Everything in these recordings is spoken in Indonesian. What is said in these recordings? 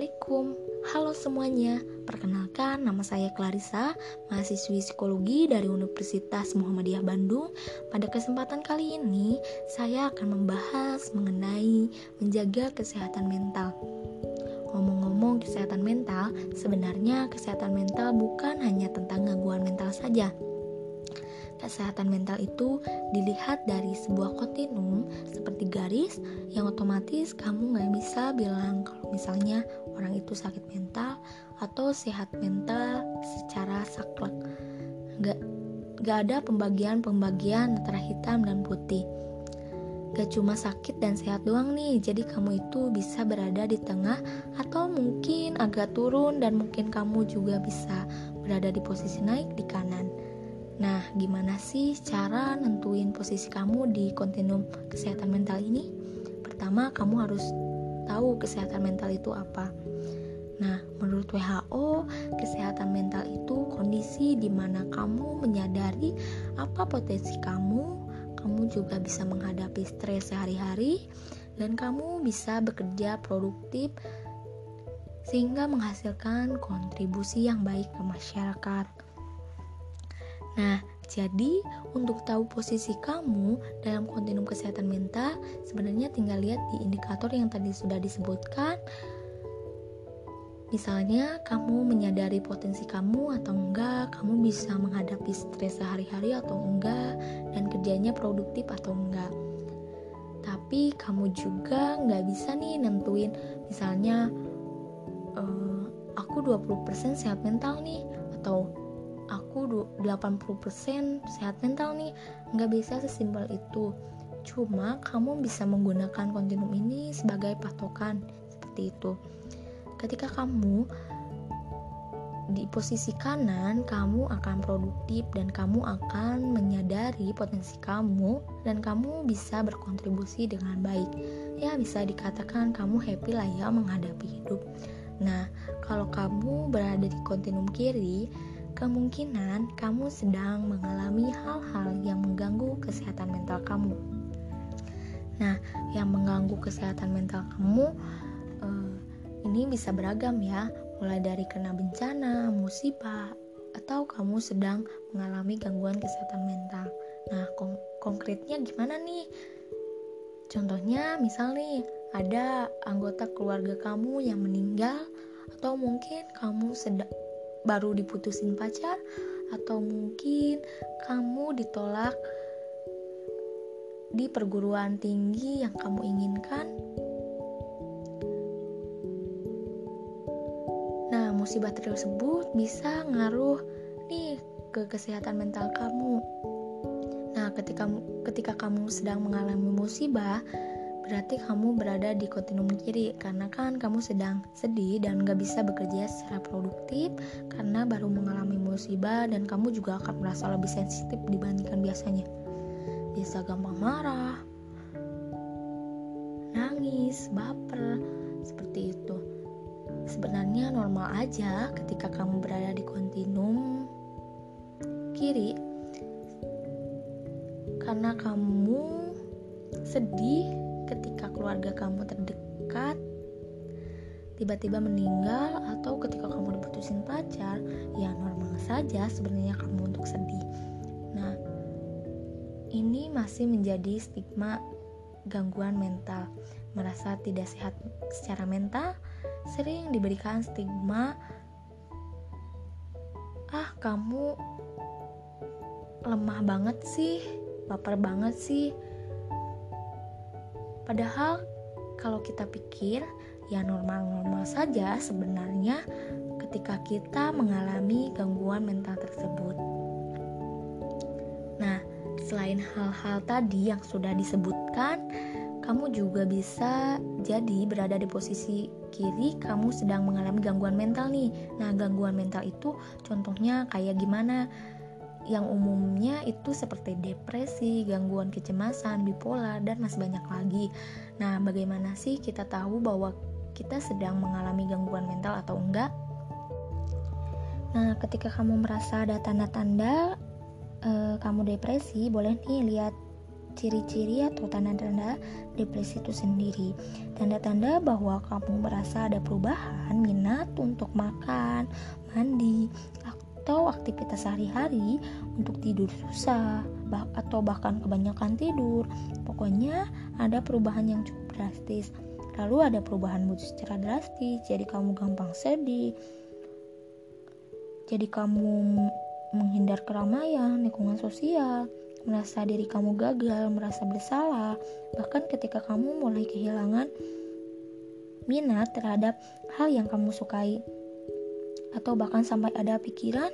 Assalamualaikum. Halo semuanya. Perkenalkan, nama saya Clarissa, mahasiswi psikologi dari Universitas Muhammadiyah Bandung. Pada kesempatan kali ini, saya akan membahas mengenai menjaga kesehatan mental. Ngomong-ngomong kesehatan mental, sebenarnya kesehatan mental bukan hanya tentang gangguan mental saja. Kesehatan mental itu dilihat dari sebuah kontinum seperti garis yang otomatis kamu gak bisa bilang kalau misalnya orang itu sakit mental atau sehat mental secara saklek. Gak ada pembagian antara hitam dan putih. Gak cuma sakit dan sehat doang nih, jadi kamu itu bisa berada di tengah atau mungkin agak turun, dan mungkin kamu juga bisa berada di posisi naik di kanan. Nah, gimana sih cara nentuin posisi kamu di kontinum kesehatan mental ini? Pertama, kamu harus tahu kesehatan mental itu apa. Nah, menurut WHO, kesehatan mental itu kondisi di mana kamu menyadari apa potensi kamu juga bisa menghadapi stres sehari-hari, dan kamu bisa bekerja produktif sehingga menghasilkan kontribusi yang baik ke masyarakat. Nah, jadi untuk tahu posisi kamu dalam kontinum kesehatan mental, sebenarnya tinggal lihat di indikator yang tadi sudah disebutkan. Misalnya, kamu menyadari potensi kamu atau enggak, kamu bisa menghadapi stres sehari-hari atau enggak, dan kerjanya produktif atau enggak. Tapi kamu juga nggak bisa nih nentuin, misalnya aku 20% sehat mental nih, atau aku 80% sehat mental nih. Nggak bisa sesimpel itu. Cuma kamu bisa menggunakan kontinum ini sebagai patokan, seperti itu. Ketika kamu di posisi kanan, kamu akan produktif dan kamu akan menyadari potensi kamu, dan kamu bisa berkontribusi dengan baik. Ya, bisa dikatakan kamu happy lah ya menghadapi hidup. Nah, kalau kamu berada di kontinum kiri, kemungkinan kamu sedang mengalami hal-hal yang mengganggu kesehatan mental kamu. Nah, yang mengganggu kesehatan mental kamu ini bisa beragam ya, mulai dari kena bencana, musibah, atau kamu sedang mengalami gangguan kesehatan mental. Nah, konkretnya gimana nih? Contohnya, misal nih, ada anggota keluarga kamu yang meninggal, atau mungkin kamu baru diputusin pacar, atau mungkin kamu ditolak di perguruan tinggi yang kamu inginkan. Nah, musibah tersebut bisa ngaruh nih ke kesehatan mental kamu. Nah, ketika kamu sedang mengalami musibah, berarti kamu berada di kontinum kiri, karena kan kamu sedang sedih dan gak bisa bekerja secara produktif karena baru mengalami musibah, dan kamu juga akan merasa lebih sensitif dibandingkan biasanya. Bisa gampang marah, nangis, baper, seperti itu. Sebenarnya normal aja ketika kamu berada di kontinum kiri, karena kamu sedih ketika keluarga kamu terdekat tiba-tiba meninggal, atau ketika kamu diputusin pacar. Ya, normal saja sebenarnya kamu untuk sedih. Nah, ini masih menjadi stigma gangguan mental. Merasa tidak sehat secara mental sering diberikan stigma, kamu lemah banget sih, baper banget sih. Padahal kalau kita pikir, ya normal-normal saja sebenarnya ketika kita mengalami gangguan mental tersebut. Nah, selain hal-hal tadi yang sudah disebutkan, kamu juga bisa jadi berada di posisi kiri, kamu sedang mengalami gangguan mental nih. Nah, gangguan mental itu contohnya kayak gimana? Yang umumnya itu seperti depresi, gangguan kecemasan, bipolar, dan masih banyak lagi. Nah, bagaimana sih kita tahu bahwa kita sedang mengalami gangguan mental atau enggak? Nah, ketika kamu merasa ada tanda-tanda kamu depresi, boleh nih lihat ciri-ciri atau tanda-tanda depresi itu sendiri. Tanda-tanda bahwa kamu merasa ada perubahan minat untuk makan, mandi, atau aktivitas sehari-hari, untuk tidur susah, atau bahkan kebanyakan tidur. Pokoknya ada perubahan yang cukup drastis. Lalu ada perubahan mood secara drastis, jadi kamu gampang sedih, jadi kamu menghindar keramaian, lingkungan sosial, merasa diri kamu gagal, merasa bersalah, bahkan ketika kamu mulai kehilangan minat terhadap hal yang kamu sukai, atau bahkan sampai ada pikiran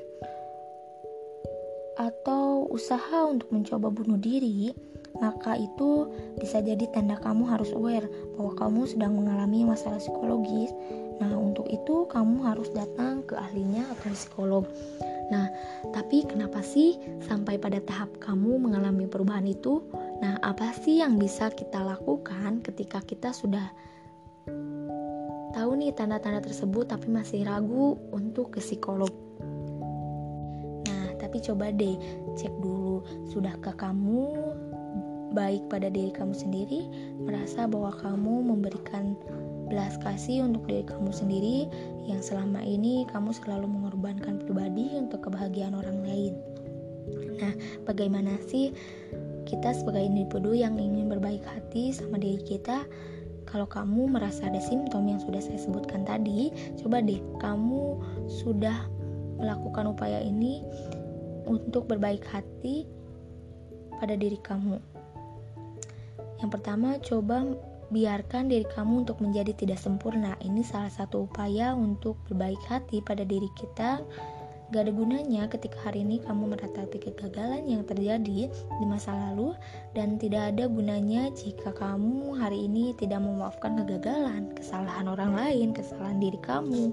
atau usaha untuk mencoba bunuh diri, maka itu bisa jadi tanda kamu harus aware bahwa kamu sedang mengalami masalah psikologis. Nah, untuk itu kamu harus datang ke ahlinya atau psikolog. Nah, tapi kenapa sih sampai pada tahap kamu mengalami perubahan itu? Nah, apa sih yang bisa kita lakukan ketika kita sudah tahu nih tanda-tanda tersebut tapi masih ragu untuk ke psikolog? Nah, tapi coba deh cek dulu, sudahkah kamu baik pada diri kamu sendiri, merasa bahwa kamu memberikan belas kasih untuk diri kamu sendiri yang selama ini kamu selalu mengorbankan pribadi untuk kebahagiaan orang lain. Nah, bagaimana sih kita sebagai individu yang ingin berbaik hati sama diri kita? Kalau kamu merasa ada simptom yang sudah saya sebutkan tadi, coba deh kamu sudah melakukan upaya ini untuk berbaik hati pada diri kamu. Yang pertama, coba biarkan diri kamu untuk menjadi tidak sempurna. Ini salah satu upaya untuk berbaik hati pada diri kita. Gak ada gunanya ketika hari ini kamu meratapi kegagalan yang terjadi di masa lalu, dan tidak ada gunanya jika kamu hari ini tidak memaafkan kegagalan, kesalahan orang lain, kesalahan diri kamu.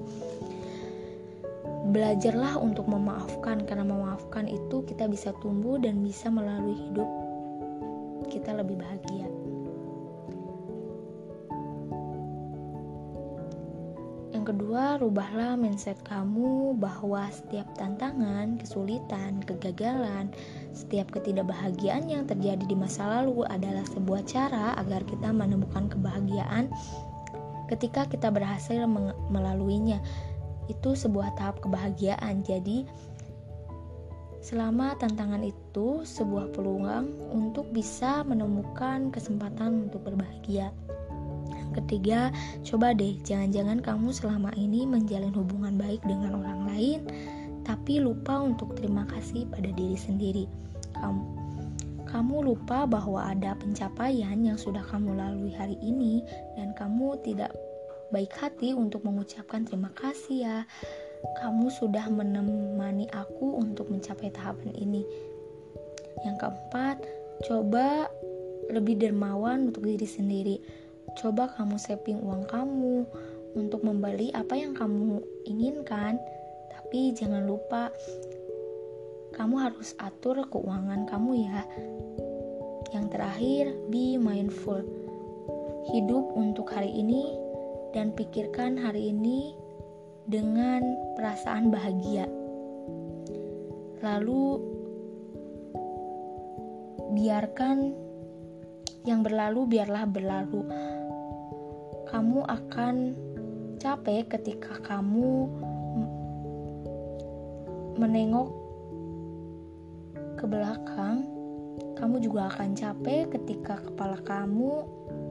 Belajarlah untuk memaafkan, karena memaafkan itu kita bisa tumbuh dan bisa melalui hidup kita lebih bahagia. Yang kedua, rubahlah mindset kamu bahwa setiap tantangan, kesulitan, kegagalan, setiap ketidakbahagiaan yang terjadi di masa lalu adalah sebuah cara agar kita menemukan kebahagiaan ketika kita berhasil melaluinya. Itu sebuah tahap kebahagiaan. Jadi selama tantangan itu sebuah peluang untuk bisa menemukan kesempatan untuk berbahagia. Yang ketiga, coba deh jangan-jangan kamu selama ini menjalin hubungan baik dengan orang lain tapi lupa untuk terima kasih pada diri sendiri. Kamu lupa bahwa ada pencapaian yang sudah kamu lalui hari ini dan kamu tidak baik hati untuk mengucapkan terima kasih ya. Kamu sudah menemani aku untuk mencapai tahapan ini. Yang keempat, coba lebih dermawan untuk diri sendiri. Coba kamu saving uang kamu untuk membeli apa yang kamu inginkan. Tapi jangan lupa kamu harus atur keuangan kamu ya. Yang terakhir, be mindful. Hidup untuk hari ini dan pikirkan hari ini dengan perasaan bahagia. Lalu biarkan yang berlalu biarlah berlalu. Kamu akan capek ketika kamu menengok ke belakang. Kamu juga akan capek ketika kepala kamu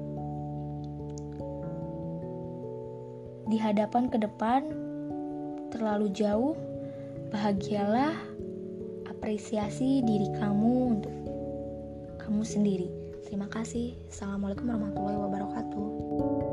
di hadapan ke depan terlalu jauh. Bahagialah, apresiasi diri kamu untuk kamu sendiri. Terima kasih. Assalamualaikum warahmatullahi wabarakatuh.